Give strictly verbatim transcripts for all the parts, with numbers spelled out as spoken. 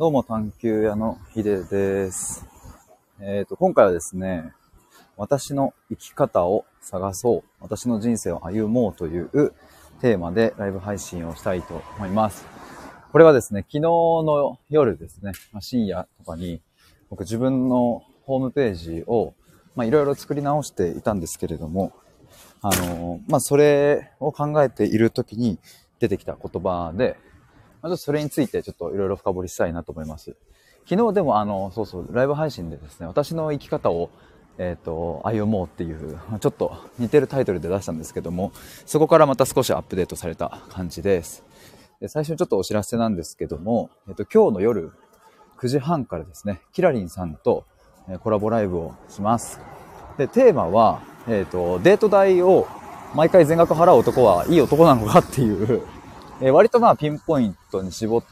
どうも探求屋のヒデです。えっと、今回はですね、私の生き方を探そう、私の人生を歩もうというテーマでライブ配信をしたいと思います。これはですね、昨日の夜ですね、まあ、深夜とかに僕自分のホームページをまあいろいろ作り直していたんですけれども、あの、まあそれを考えている時に出てきた言葉で、まずそれについてちょっといろいろ深掘りしたいなと思います。昨日でもあの、そうそう、ライブ配信でですね、私の生き方を、えっと、歩もうっていう、ちょっと似てるタイトルで出したんですけども、そこからまた少しアップデートされた感じです。で、最初にちょっとお知らせなんですけども、えっと、今日の夜くじはんからですね、キラリンさんとコラボライブをします。で、テーマは、えっと、デート代を毎回全額払う男はいい男なのかっていうえー、割とまあピンポイントに絞って、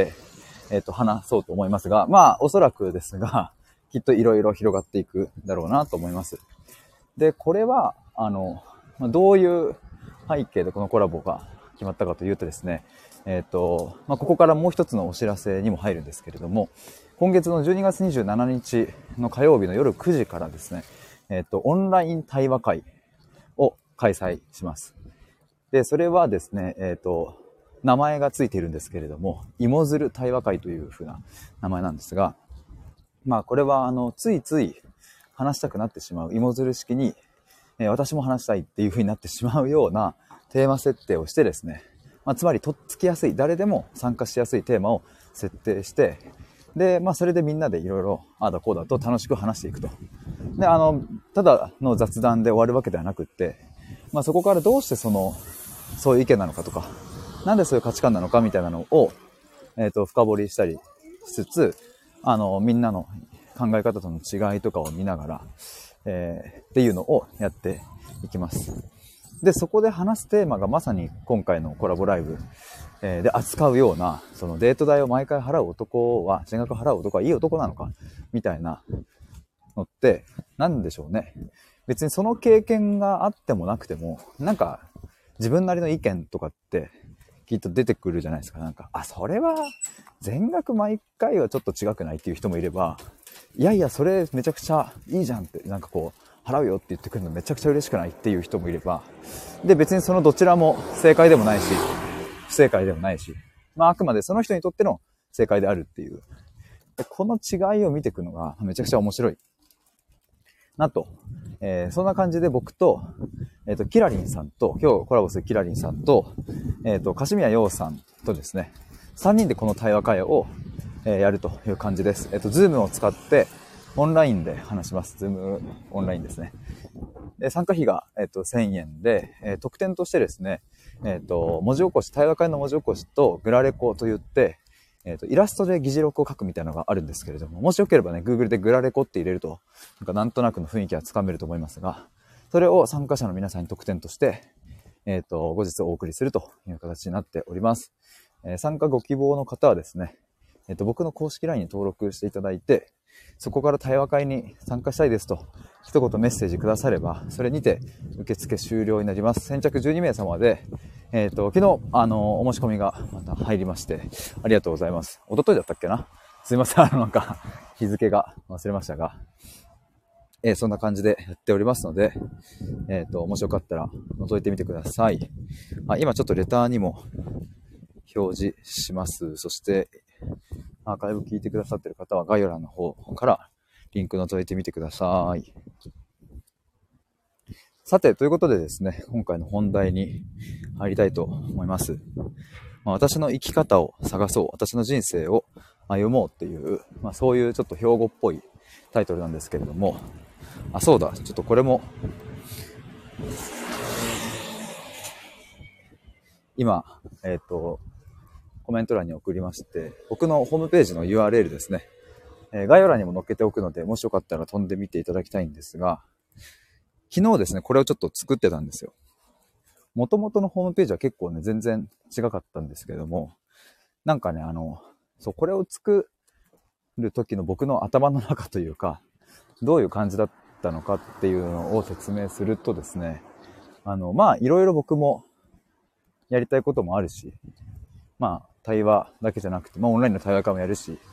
えっと、話そうと思いますが、まあおそらくですが、きっといろいろ広がっていくだろうなと思います。で、これは、あの、まあ、どういう背景でこのコラボが決まったかというとですね、えっと、まあ、ここからもう一つのお知らせにも入るんですけれども、今月のじゅうにがつにじゅうしちにちの火曜日の夜くじからですね、えっと、オンライン対話会を開催します。で、それはですね、えっと、名前がついているんですけれども、芋づる対話会という風な名前なんですが、まあこれはあの、ついつい話したくなってしまう芋づる式に、えー、私も話したいっていう風になってしまうようなテーマ設定をしてですね、まあつまりとっつきやすい、誰でも参加しやすいテーマを設定して、で、まあそれでみんなでいろいろああだこうだと楽しく話していくと。で、あの、ただの雑談で終わるわけではなくって、まあそこからどうしてその、そういう意見なのかとか、なんでそういう価値観なのかみたいなのを、えっと、深掘りしたりしつつ、あの、みんなの考え方との違いとかを見ながら、えー、っていうのをやっていきます。で、そこで話すテーマがまさに今回のコラボライブ、えー、で扱うような、そのデート代を毎回払う男は、全額払う男はいい男なのかみたいなのって、なんでしょうね。別にその経験があってもなくても、なんか自分なりの意見とかってきっと出てくるじゃないですか。なんか、あ、それは全額毎回はちょっと違くないっていう人もいれば、いやいや、それめちゃくちゃいいじゃんって、なんかこう、払うよって言ってくるのめちゃくちゃ嬉しくないっていう人もいれば、で、別にそのどちらも正解でもないし、不正解でもないし、まああくまでその人にとっての正解であるっていう、この違いを見ていくのがめちゃくちゃ面白いなと、えー、そんな感じで僕と、えっと、キラリンさんと、今日コラボするキラリンさんと、えっと、カシミヤヨウさんとですね、さんにんでこの対話会を、えー、やるという感じです。えっと、ズームを使ってオンラインで話します。ズームオンラインですね。で、参加費が、えっと、せんえんで、えー、特典としてですね、えっと、文字起こし、対話会の文字起こしとグラレコと言って、えっと、イラストで議事録を書くみたいなのがあるんですけれども、もしよければね、Google でグラレコって入れると、なんかなんとなくの雰囲気はつかめると思いますが、それを参加者の皆さんに特典として、えっと、後日お送りするという形になっております。えー、参加ご希望の方はですね、えっと、僕の公式 ライン に登録していただいて、そこから対話会に参加したいですと、一言メッセージくだされば、それにて受付終了になります。先着じゅうにめい様で、えっと、昨日、あの、お申し込みがまた入りまして、ありがとうございます。一昨日だったっけな、すいません、あの、なんか、日付が忘れましたが、えー、そんな感じでやっておりますので、えっと、もしよかったら覗いてみてください。あ、今ちょっとレターにも表示します。そして、アーカイブ聞いてくださっている方は概要欄の方からリンク覗いてみてください。さて、ということでですね、今回の本題に入りたいと思います。まあ、私の生き方を探そう、私の人生を歩もうっていう、まあ、そういうちょっと標語っぽいタイトルなんですけれども、あ、そうだ、ちょっとこれも今、えっと、コメント欄に送りまして、僕のホームページの ユーアールエル ですね、えー、概要欄にも載っけておくので、もしよかったら飛んでみていただきたいんですが、昨日ですね、これをちょっと作ってたんですよ。元々のホームページは結構ね、全然違かったんですけども、なんかね、あの、そう、これを作る時の僕の頭の中というか、どういう感じだったのかっていうのを説明するとですね、あの、まあ、いろいろ僕もやりたいこともあるし、まあ、対話だけじゃなくて、まあ、オンラインの対話会もやるし、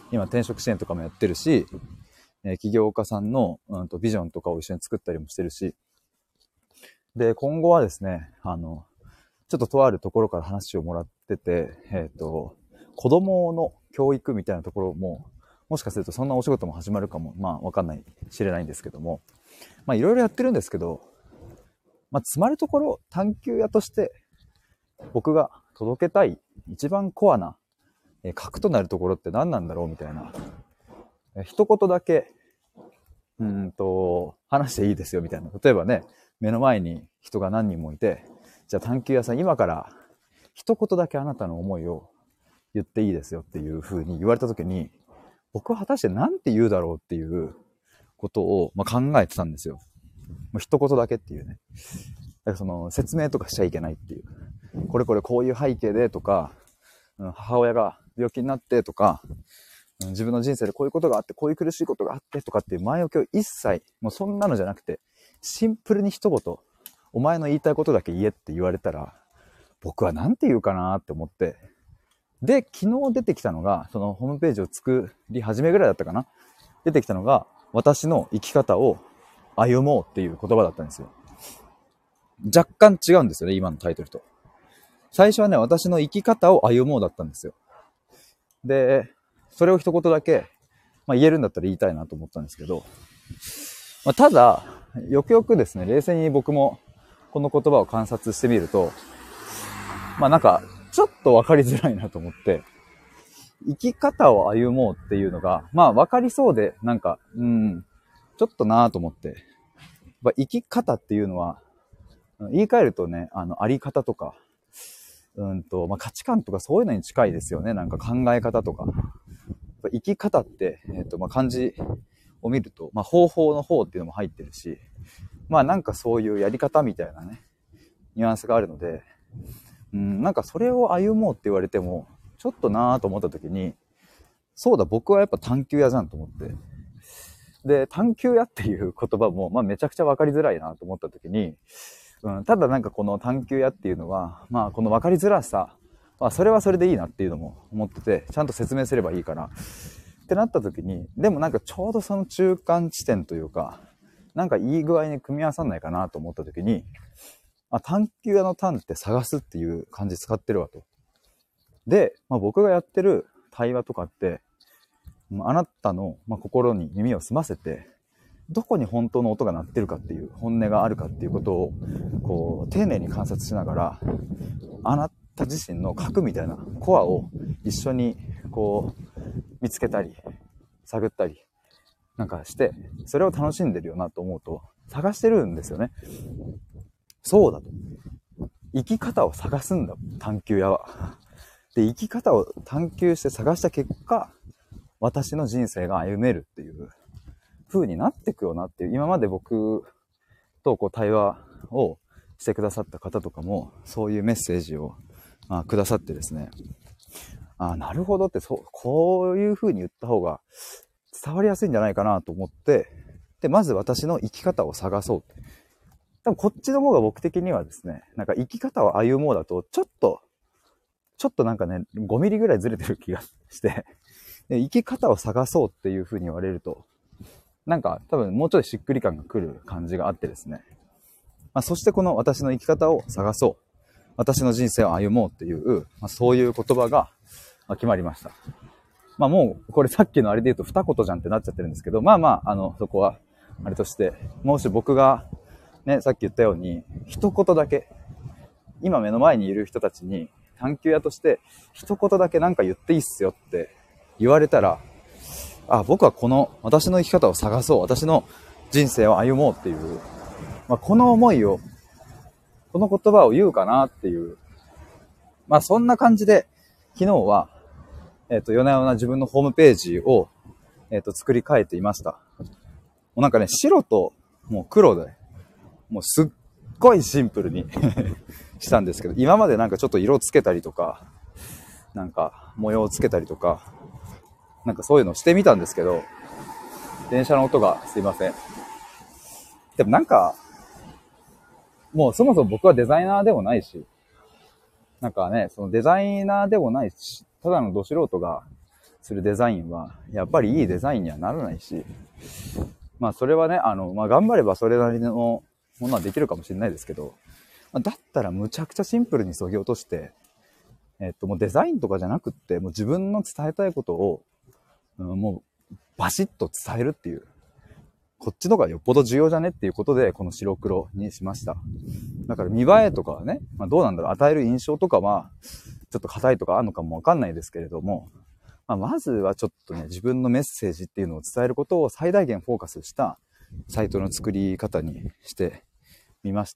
今転職支援とかもやってるし、えー起業家さんの、うんと、ビジョンとかを一緒に作ったりもしてるし、で、今後はですね、あの、ちょっととあるところから話をもらってて、えっと、子供の教育みたいなところも、もしかするとそんなお仕事も始まるかも、まあわかんない、知れないんですけども、まあいろいろやってるんですけど、まあつまるところ探求屋として僕が届けたい一番コアなえ核となるところって何なんだろうみたいな、え一言だけ、うーんと、話していいですよみたいな。例えばね、目の前に人が何人もいて、じゃあ探求屋さん今から一言だけあなたの思いを言っていいですよっていう風に言われた時に、僕は果たして何て言うだろうっていうことを、まあ、考えてたんですよ。もう一言だけっていうね。だからその説明とかしちゃいけないっていう。これこれこういう背景でとか、母親が病気になってとか、自分の人生でこういうことがあって、こういう苦しいことがあってとかっていう前置きを一切、もうそんなのじゃなくて、シンプルに一言、お前の言いたいことだけ言えって言われたら、僕はなんて言うかなって思って、で、昨日出てきたのが、そのホームページを作り始めぐらいだったかな。出てきたのが、私の生き方を歩もうっていう言葉だったんですよ。若干違うんですよね、今のタイトルと。最初はね、私の生き方を歩もうだったんですよ。で、それを一言だけ、まあ、言えるんだったら言いたいなと思ったんですけど、まあ、ただ、よくよくですね、冷静に僕もこの言葉を観察してみると、まあなんか、ちょっとわかりづらいなと思って、生き方を歩もうっていうのが、まあわかりそうで、なんか、うん、ちょっとなぁと思って、やっぱ生き方っていうのは、言い換えるとね、あの、あり方とか、うんと、まあ、価値観とかそういうのに近いですよね。なんか考え方とか。生き方って、えっと、まあ、漢字を見ると、まあ、方法の方っていうのも入ってるし、まあ、なんかそういうやり方みたいなね、ニュアンスがあるので、うん、なんかそれを歩もうって言われても、ちょっとなぁと思った時に、そうだ、僕はやっぱ探求屋じゃんと思って。で、探求屋っていう言葉も、まあ、めちゃくちゃわかりづらいなと思った時に、うん、ただなんかこの探求屋っていうのは、まあこの分かりづらさ、まあそれはそれでいいなっていうのも思ってて、ちゃんと説明すればいいかなってなった時に、でもなんかちょうどその中間地点というか、なんかいい具合に組み合わさんないかなと思った時に、あ、探求屋の探って探すっていう漢字使ってるわと。で、まあ僕がやってる対話とかって、あなたの、まあ、心に耳を澄ませて、どこに本当の音が鳴ってるかっていう、本音があるかっていうことを、こう、丁寧に観察しながら、あなた自身の核みたいなコアを一緒に、こう、見つけたり、探ったり、なんかして、それを楽しんでるよなと思うと、探してるんですよね。そうだと。生き方を探すんだ、探求屋は。で、生き方を探求して探した結果、私の人生が歩めるっていう風になっていくよなっていう、今まで僕とこう対話をしてくださった方とかもそういうメッセージを、まあ、くださってですね、ああなるほどって、そうこういう風に言った方が伝わりやすいんじゃないかなと思って、でまず私の生き方を探そうって。多分こっちの方が僕的にはですね、なんか生き方を歩もうだとちょっとちょっとなんかねごミリぐらいずれてる気がしてで、生き方を探そうっていう風に言われると、なんか多分もうちょいしっくり感が来る感じがあってですね。まあ、そしてこの私の生き方を探そう。私の人生を歩もうっていう、まあ、そういう言葉が決まりました。まあもうこれさっきのあれで言うと二言じゃんってなっちゃってるんですけど、まあまあ、あの、そこはあれとして、もし僕がね、さっき言ったように、一言だけ、今目の前にいる人たちに探求屋として一言だけなんか言っていいっすよって言われたら、あ、僕はこの私の生き方を探そう、私の人生を歩もうっていう、まあ、この思いを、この言葉を言うかなっていう、まあそんな感じで昨日は、えっと夜な夜な自分のホームページを、えっと作り変えていました。もうなんかね、白ともう黒で、もうすっごいシンプルにしたんですけど、今までなんかちょっと色つけたりとか、なんか模様をつけたりとか、なんかそういうのしてみたんですけど、電車の音がすいません。でもなんか、もうそもそも僕はデザイナーでもないし、なんかね、そのデザイナーでもないし、ただのど素人がするデザインは、やっぱりいいデザインにはならないし、まあそれはね、あの、まあ頑張ればそれなりのものはできるかもしれないですけど、だったらむちゃくちゃシンプルに削ぎ落として、えっともうデザインとかじゃなくって、もう自分の伝えたいことを、うん、もうバシッと伝えるっていう、こっちの方がよっぽど重要じゃねっていうことで、この白黒にしました。だから見栄えとかはね、まあどうなんだろう、与える印象とかは、ちょっと硬いとかあるのかもわかんないですけれども、まあ、まずはちょっとね、自分のメッセージっていうのを伝えることを最大限フォーカスしたサイトの作り方にしてみました。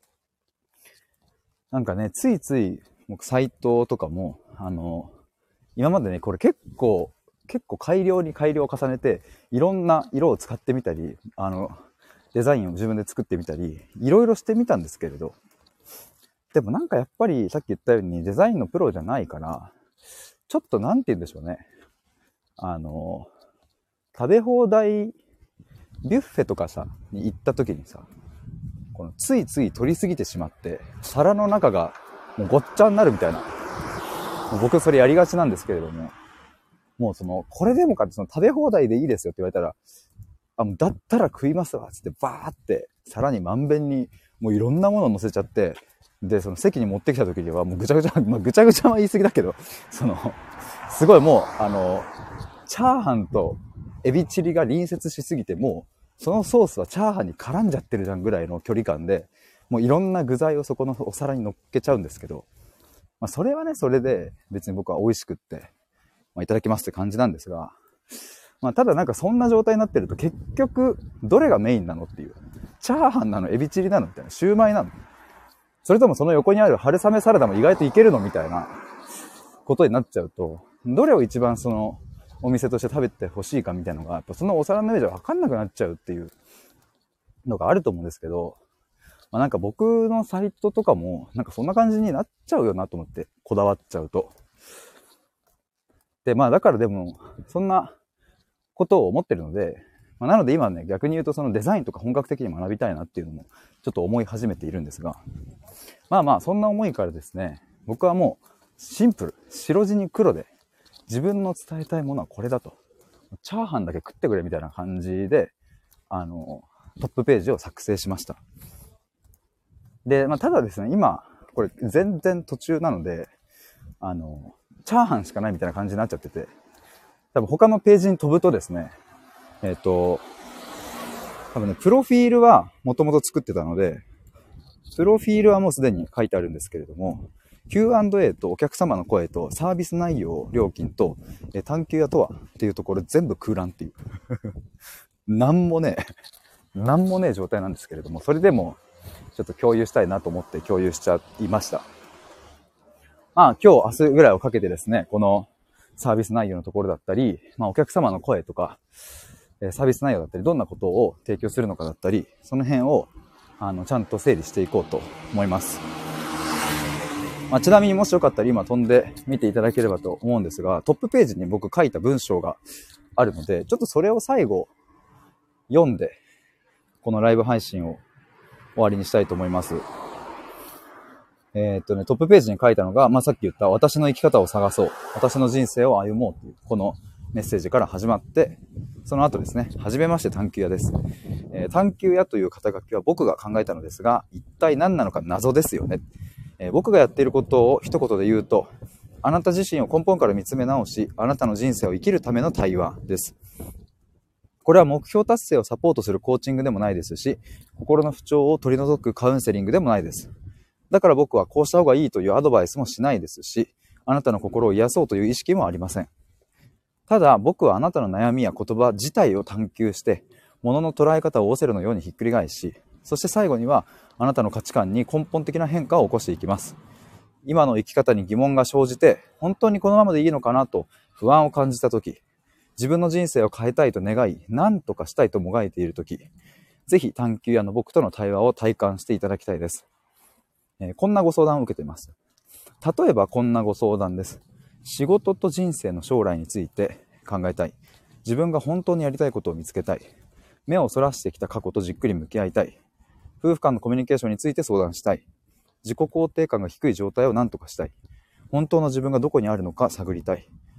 なんかね、ついつい僕サイトとかも、あの、今までね、これ結構、結構改良に改良を重ねて、いろんな色を使ってみたり、あの、デザインを自分で作ってみたり、いろいろしてみたんですけれど、でもなんかやっぱりさっき言ったようにデザインのプロじゃないから、ちょっとなんて言うんでしょうね。あの、食べ放題ビュッフェとかさ、に行った時にさ、このついつい取りすぎてしまって、皿の中がもうごっちゃになるみたいな。僕それやりがちなんですけれども、もうその、これでもかってその食べ放題でいいですよって言われたら、あ、もうだったら食いますわ、つってバーって皿にまんべんにもういろんなものを乗せちゃって、で、その席に持ってきた時にはもうぐちゃぐちゃ、まあ、ぐちゃぐちゃは言い過ぎだけど、その、すごいもう、あの、チャーハンとエビチリが隣接しすぎて、もう、そのソースはチャーハンに絡んじゃってるじゃんぐらいの距離感で、もういろんな具材をそこのお皿に乗っけちゃうんですけど、まあ、それはね、それで別に僕は美味しくって、まあ、いただきますって感じなんですが、まあ、ただなんかそんな状態になってると結局、どれがメインなのっていう。チャーハンなのエビチリなのみたいな。シューマイなのそれともその横にある春雨サラダも意外といけるのみたいなことになっちゃうと、どれを一番そのお店として食べてほしいかみたいなのが、やっぱそのお皿の上じゃ分かんなくなっちゃうっていうのがあると思うんですけど、まあ、なんか僕のサイトとかもなんかそんな感じになっちゃうよなと思って、こだわっちゃうと。で、まあだからでも、そんなことを思ってるので、まあ、なので今ね、逆に言うとそのデザインとか本格的に学びたいなっていうのもちょっと思い始めているんですが、まあまあそんな思いからですね、僕はもうシンプル、白地に黒で自分の伝えたいものはこれだと。チャーハンだけ食ってくれみたいな感じで、あの、トップページを作成しました。で、まあただですね、今、これ全然途中なので、あの、チャーハンしかないみたいな感じになっちゃってて、多分他のページに飛ぶとですね、えっと、多分ね、プロフィールはもともと作ってたので、プロフィールはもうすでに書いてあるんですけれども、キューアンドエー とお客様の声とサービス内容、料金と、え探求屋とはっていうところ全部空欄っていう。なんもね、なんもねえ状態なんですけれども、それでもちょっと共有したいなと思って共有しちゃいました。まあ今日明日ぐらいをかけてですね、このサービス内容のところだったり、まあお客様の声とか、サービス内容だったり、どんなことを提供するのかだったり、その辺をあのちゃんと整理していこうと思います。まあ、ちなみにもしよかったら今飛んで見ていただければと思うんですが、トップページに僕書いた文章があるので、ちょっとそれを最後読んで、このライブ配信を終わりにしたいと思います。えー、っとね、トップページに書いたのが、まあ、さっき言った私の生き方を探そう。私の人生を歩もうという、このメッセージから始まって、その後ですね、はじめまして探求屋です。えー、探求屋という肩書きは僕が考えたのですが、一体何なのか謎ですよね。えー、僕がやっていることを一言で言うと、あなた自身を根本から見つめ直し、あなたの人生を生きるための対話です。これは目標達成をサポートするコーチングでもないですし、心の不調を取り除くカウンセリングでもないです。だから僕はこうした方がいいというアドバイスもしないですし、あなたの心を癒そうという意識もありません。ただ僕はあなたの悩みや言葉自体を探求して、物の捉え方をオセロのようにひっくり返し、そして最後にはあなたの価値観に根本的な変化を起こしていきます。今の生き方に疑問が生じて、本当にこのままでいいのかなと不安を感じたとき、自分の人生を変えたいと願い、何とかしたいともがいているとき、ぜひ探求屋の僕との対話を体感していただきたいです。えー、こんなご相談を受けています。例えばこんなご相談です。仕事と人生の将来について考えたい。自分が本当にやりたいことを見つけたい。目をそらしてきた過去とじっくり向き合いたい。夫婦間のコミュニケーションについて相談したい。自己肯定感が低い状態を何とかしたい。本当の自分がどこにあるのか探りたい。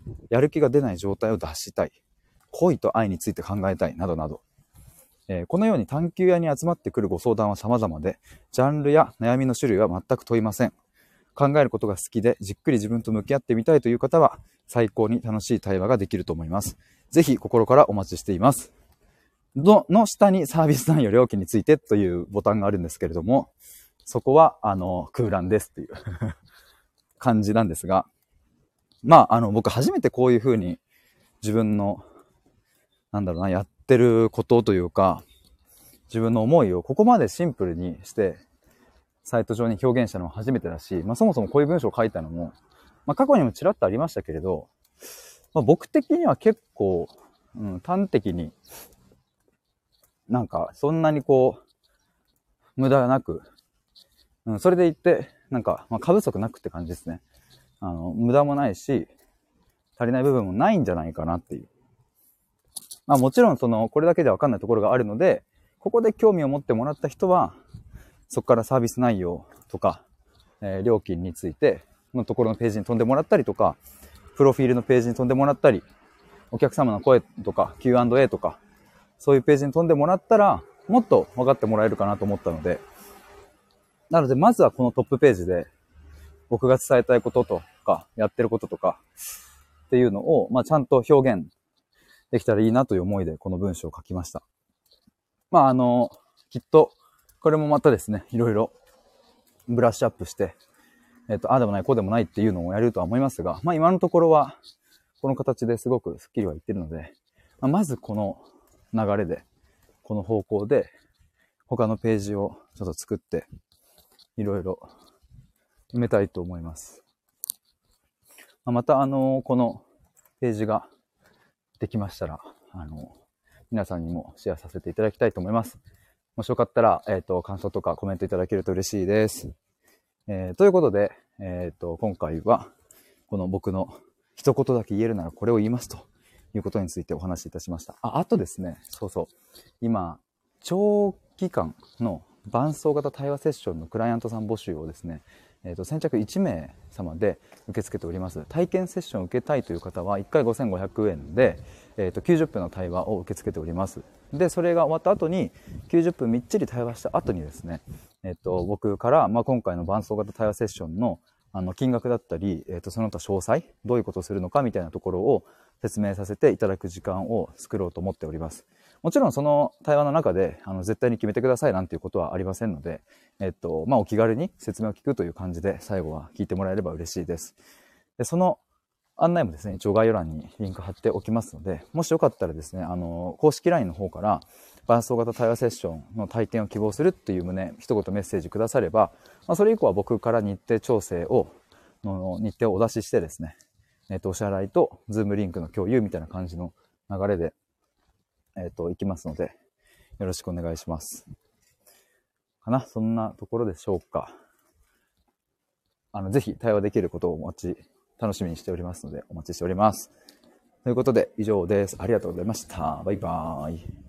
やる気が出ない状態を脱したい。恋と愛について考えたい。などなど。えーこのように探求屋に集まってくるご相談は様々で、ジャンルや悩みの種類は全く問いません。考えることが好きで、じっくり自分と向き合ってみたいという方は、最高に楽しい対話ができると思います。ぜひ心からお待ちしています。の、の下にサービス内容料金についてというボタンがあるんですけれども、そこは、あの、空欄ですっていう感じなんですが、まあ、あの、僕初めてこういうふうに自分の、なんだろうな、やってることというか、自分の思いをここまでシンプルにして、サイト上に表現したのは初めてだし、まあそもそもこういう文章を書いたのも、まあ過去にもちらっとありましたけれど、まあ僕的には結構、うん、端的に、なんかそんなにこう、無駄なく、うん、それでいって、なんか、まあ過不足なくって感じですね。あの、無駄もないし、足りない部分もないんじゃないかなっていう。まあもちろんその、これだけでわかんないところがあるので、ここで興味を持ってもらった人は、そこからサービス内容とか、えー、料金についてのところのページに飛んでもらったりとか、プロフィールのページに飛んでもらったり、お客様の声とか キューアンドエー とか、そういうページに飛んでもらったら、もっと分かってもらえるかなと思ったので、なのでまずはこのトップページで、僕が伝えたいこととか、やってることとか、っていうのを、まあちゃんと表現できたらいいなという思いでこの文章を書きました。まああの、きっと、これもまたですね、いろいろブラッシュアップして、えっと、ああでもない、こうでもないっていうのをやるとは思いますが、まあ今のところは、この形ですごくスッキリはいってるので、まあ、まずこの流れで、この方向で、他のページをちょっと作って、いろいろ埋めたいと思います。まあ、また、あの、このページができましたら、あの、皆さんにもシェアさせていただきたいと思います。もしよかったら、えっと、感想とかコメントいただけると嬉しいです。えー、ということで、えっと、今回は、この僕の一言だけ言えるならこれを言いますということについてお話しいたしました。あ、あとですね、そうそう。今、長期間の伴走型対話セッションのクライアントさん募集をですね、えーと、先着いち名様で受け付けております。体験セッションを受けたいという方はいっかいごせんごひゃくえんで、えーと、きゅうじゅっぷんの対話を受け付けております。で、それが終わった後に、きゅうじゅっぷんみっちり対話した後にですね、えーと、僕から、まあ、今回の伴走型対話セッションのあの金額だったり、えーと、その他詳細、どういうことをするのかみたいなところを説明させていただく時間を作ろうと思っております。もちろんその対話の中であの絶対に決めてくださいなんていうことはありませんので、えっと、まあ、お気軽に説明を聞くという感じで最後は聞いてもらえれば嬉しいです。で、その案内もですね、一応概要欄にリンク貼っておきますので、もしよかったらですね、あの、公式 ライン の方から、伴走型対話セッションの体験を希望するっていう旨、一言メッセージくだされば、まあ、それ以降は僕から日程調整を、の日程をお出ししてですね、えっと、お支払いと、ズームリンクの共有みたいな感じの流れで、えっと、行きますので、よろしくお願いします。かな、そんなところでしょうか。あの、ぜひ対話できることをお待ち、楽しみにしておりますので、お待ちしております。ということで、以上です。ありがとうございました。バイバーイ。